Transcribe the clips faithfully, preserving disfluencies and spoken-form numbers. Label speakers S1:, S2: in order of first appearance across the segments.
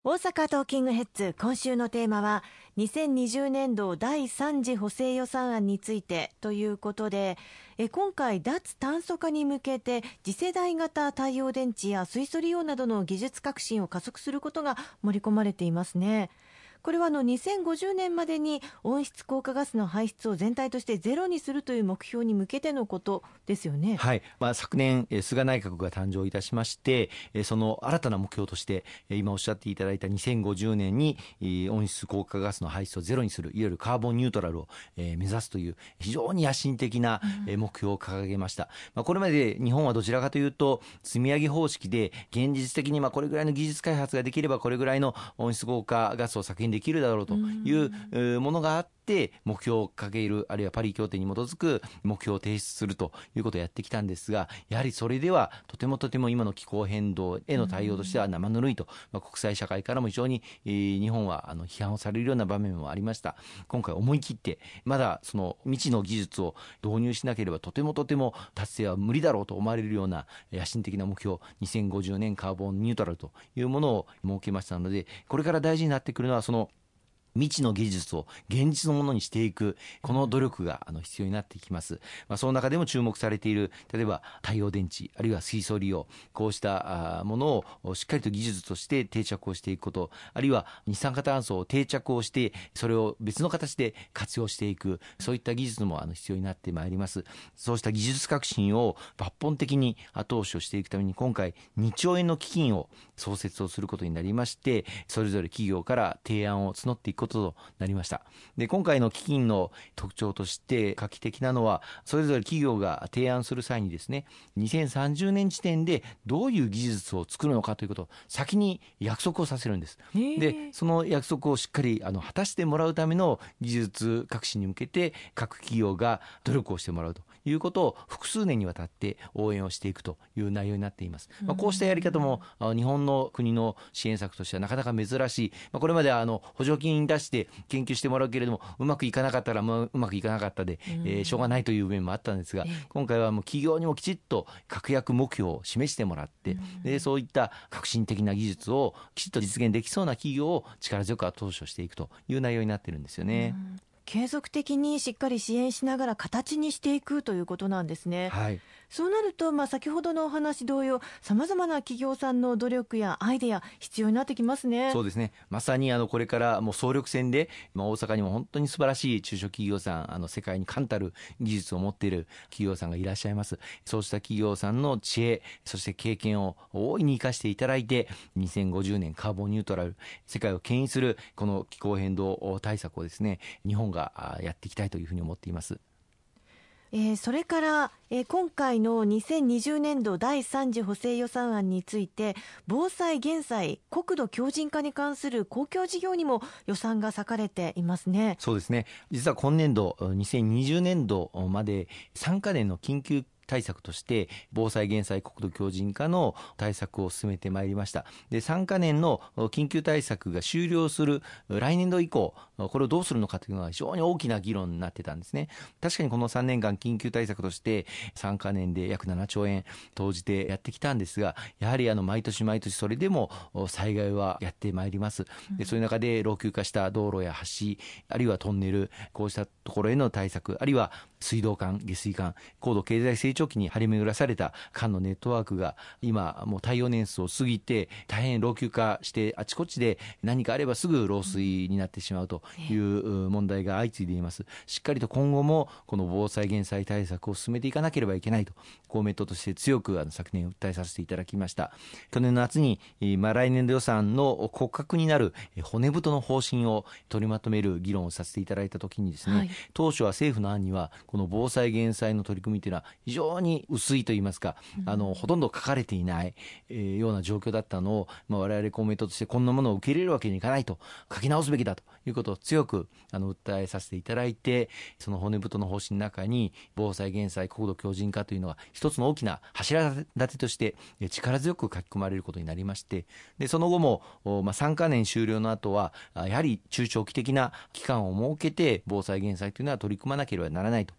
S1: 大阪トーキングヘッズ、今週のテーマはにせんにじゅうねんどだいさん次補正予算案についてということで、え今回脱炭素化に向けて次世代型太陽電池や水素利用などの技術革新を加速することが盛り込まれていますね。これはあのにせんごじゅうねんまでに温室効果ガスの排出を全体としてゼロにするという目標に向けてのことですよね。
S2: はい、まあ、昨年えー菅内閣が誕生いたしまして、えーその新たな目標としてえー今おっしゃっていただいたにせんごじゅうねんにえー温室効果ガスの排出をゼロにする、いわゆるカーボンニュートラルをえー目指すという非常に野心的なえー目標を掲げました。まあ、これまで日本はどちらかというと積み上げ方式で、現実的にまあこれぐらいの技術開発ができればこれぐらいの温室効果ガスを削減できるだろうというえーものがあって、目標を掲げる、あるいはパリ協定に基づく目標を提出するということをやってきたんですが、やはりそれではとてもとても今の気候変動への対応としては生ぬるいと、まあ、国際社会からも非常に、えー日本はあの批判をされるような場面もありました。今回思い切ってまだその未知の技術を導入しなければとてもとても達成は無理だろうと思われるような野心的な目標、にせんごじゅうねんカーボンニュートラルというものを設けましたので、これから大事になってくるのはその未知の技術を現実のものにしていく、この努力があの必要になってきます。まあ、その中でも注目されている、例えば太陽電池、あるいは水素利用、こうしたあものをしっかりと技術として定着をしていくこと、あるいは二酸化炭素を定着をして、それを別の形で活用していく、そういった技術もあの必要になってまいります。そうした技術革新を抜本的に後押しをしていくために、今回にちょうえんの基金を創設をすることになりまして、それぞれ企業から提案を募っていくこととなりました。で、今回の基金の特徴として画期的なのは、それぞれ企業が提案する際にですね、にせんさんじゅうねん時点でどういう技術を作るのかということを先に約束をさせるんです。で、その約束をしっかりあの果たしてもらうための技術革新に向けて各企業が努力をしてもらうということを複数年にわたって応援をしていくという内容になっています。まあ、こうしたやり方もあ日本の国の支援策としてはなかなか珍しい。まあ、これまではあの補助金出して研究してもらうけれども、うまくいかなかったらもううまくいかなかったで、えーしょうがないという面もあったんですが、今回はもう企業にもきちっと確約目標を示してもらって、でそういった革新的な技術をきちっと実現できそうな企業を力強く後押しをしていくという内容になっているんですよね。
S1: 継続的にしっかり支援しながら形にしていくということなんですね。
S2: はい、
S1: そうなると、まあ、先ほどのお話同様、さまざまな企業さんの努力やアイデア必要になってきますね。
S2: そうですね。まさにあのこれからもう総力戦で、まあ、大阪にも本当に素晴らしい中小企業さん、あの世界に冠たる技術を持っている企業さんがいらっしゃいます。そうした企業さんの知恵、そして経験を大いに生かしていただいて、にせんごじゅうねんカーボンニュートラル、世界を牽引するこの気候変動対策をですね、日本があやっていきたいというふうに思っています。
S1: えーそれから、えー今回のにせんにじゅうねんどだいさん次補正予算案について、防災・減災、国土強靭化に関する公共事業にも予算が割かれていますね。
S2: そうですね。実は今年度にせんにじゅうねんどまでさんかねんの緊急対策として防災減災国土強靭化の対策を進めてまいりました。で、さんかねんの緊急対策が終了する来年度以降、これをどうするのかというのは非常に大きな議論になってたんですね。確かにこのさんねんかん緊急対策としてさんかねんで約ななちょうえん投じてやってきたんですが、やはりあの毎年毎年それでも災害はやってまいります。で、そういう中で老朽化した道路や橋、あるいはトンネル、こうしたところへの対策、あるいは水道管、下水管、高度経済成長期に張り巡らされた管のネットワークが今もう耐用年数を過ぎて大変老朽化して、あちこちで何かあればすぐ漏水になってしまうという問題が相次いでいます。しっかりと今後もこの防災減災対策を進めていかなければいけないと、公明党として強くあの昨年訴えさせていただきました。去年の夏に、まあ、来年度予算の骨格になる骨太の方針を取りまとめる議論をさせていただいたときにですね、はい、当初は政府の案にはこの防災減災の取り組みというのは非常に薄いといいますか、うん、あのほとんど書かれていない、えー、ような状況だったのを、まあ、我々公明党としてこんなものを受け入れるわけにいかないと、書き直すべきだということを強くあの訴えさせていただいて、その骨太の方針の中に防災減災国土強靭化というのが一つの大きな柱立てとして力強く書き込まれることになりまして、でその後も、まあ、さんかねん終了の後はやはり中長期的な期間を設けて防災減災というのは取り組まなければならないと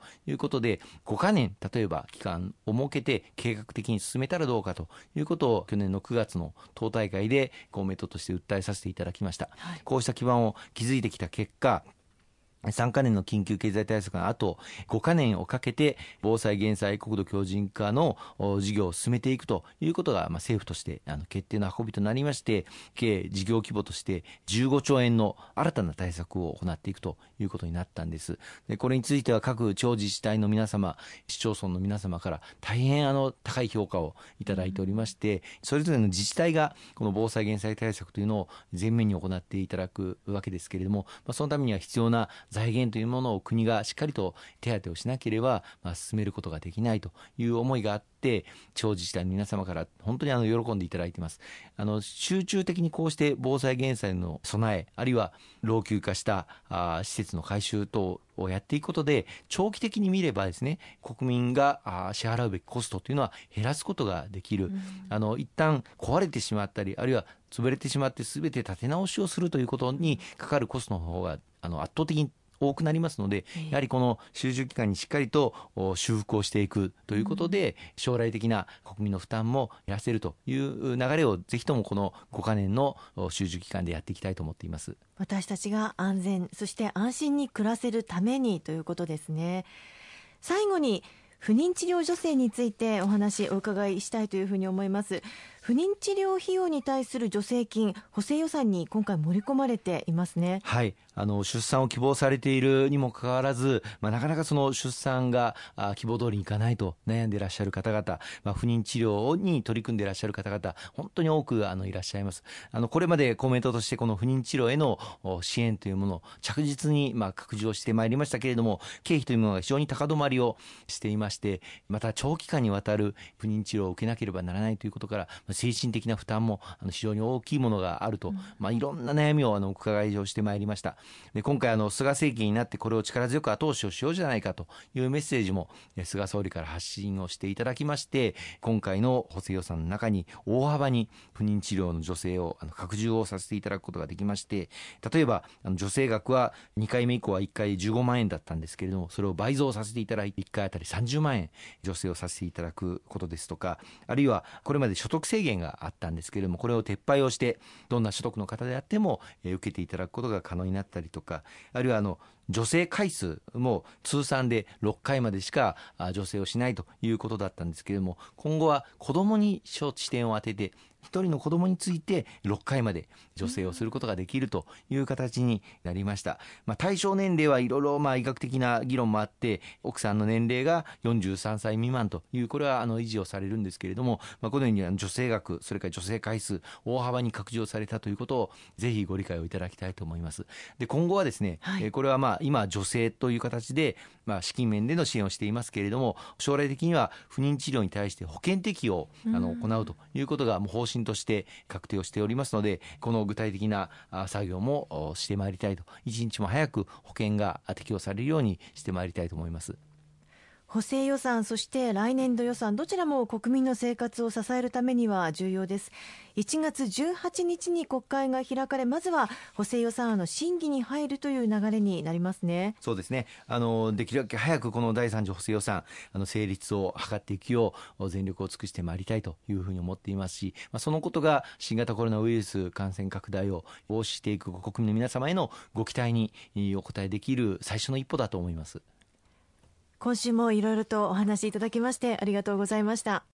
S2: いうことで、ごかねん例えば期間を設けて計画的に進めたらどうかということを去年のくがつの党大会で公明党として訴えさせていただきました。はい、こうした基盤を築いてきた結果、さんかねんの緊急経済対策の後、ごかねんをかけて防災減災国土強靭化の事業を進めていくということが、まあ、政府としてあの決定の運びとなりまして、計事業規模としてじゅうごちょうえんの新たな対策を行っていくということになったんです。で、これについては各地方自治体の皆様、市町村の皆様から大変あの高い評価をいただいておりまして、それぞれの自治体がこの防災減災対策というのを前面に行っていただくわけですけれども、まあ、そのためには必要な財源というものを国がしっかりと手当てをしなければ、まあ、進めることができないという思いがあって、地方自治体の皆様から本当にあの喜んでいただいています。あの集中的にこうして防災減災の備え、あるいは老朽化したあ施設の改修等をやっていくことで、長期的に見ればですね、国民があ支払うべきコストというのは減らすことができる。うん、あの一旦壊れてしまったり、あるいは潰れてしまって全て立て直しをするということにかかるコストの方があの圧倒的に多くなりますので、やはりこの集中期間にしっかりと修復をしていくということで、将来的な国民の負担も減らせるという流れをぜひともこのごかねんの集中期間でやっていきたいと思っています。
S1: 私たちが安全、そして安心に暮らせるためにということですね。最後に不妊治療助成についてお話をお伺いしたいというふうに思います。不妊治療費用に対する助成金、補正予算に今回盛り込まれていますね。
S2: はい、あの出産を希望されているにもかかわらず、まあ、なかなかその出産があ希望通りにいかないと悩んでいらっしゃる方々、まあ、不妊治療に取り組んでいらっしゃる方々、本当に多くあのいらっしゃいます。あのこれまで公明党としてこの不妊治療への支援というものを着実にまあ拡充をしてまいりましたけれども、経費というものが非常に高止まりをしていまして、また長期間にわたる不妊治療を受けなければならないということから、精神的な負担もあの非常に大きいものがあると、うん、まあ、いろんな悩みをあのお伺いをしてまいりました。で、今回あの菅政権になってこれを力強く後押しをしようじゃないかというメッセージも菅総理から発信をしていただきまして、今回の補正予算の中に大幅に不妊治療の助成をあの拡充をさせていただくことができまして、例えばあの助成額はにかいめ以降はいっかいじゅうごまんえんだったんですけれども、それを倍増させていただいていっかいあたりさんじゅうまんえん助成をさせていただくことですとか、あるいはこれまで所得制限があったんですけれども、これを撤廃をしてどんな所得の方であっても、えー、受けていただくことが可能になったりとか、あるいはあの助成回数も通算でろっかいまでしか助成をしないということだったんですけれども、今後は子どもに視点を当ててひとりの子どもについてろっかいまで助成をすることができるという形になりました。まあ、対象年齢はいろいろまあ医学的な議論もあって、奥さんの年齢がよんじゅうさんさい未満という、これはあの維持をされるんですけれども、まあ、このように助成額、それから助成回数大幅に拡充されたということをぜひご理解をいただきたいと思います。で、今後はですね、はい、これはまあ今助成という形でまあ資金面での支援をしていますけれども、将来的には不妊治療に対して保険適用をあの行うということがもう方針として確定をしておりますので、この具体的な作業もしてまいりたいと、一日も早く保険が適用されるようにしてまいりたいと思います。
S1: 補正予算、そして来年度予算、どちらも国民の生活を支えるためには重要です。いちがつじゅうはちにちに国会が開かれ、まずは補正予算案の審議に入るという流れになりますね。
S2: そうですね、あのできるだけ早くこのだいさん次補正予算あの成立を図っていくよう全力を尽くしてまいりたいというふうに思っていますし、まあ、そのことが新型コロナウイルス感染拡大を防止していく国民の皆様へのご期待にお応えできる最初の一歩だと思います。
S1: 今週もいろいろとお話しいただきましてありがとうございました。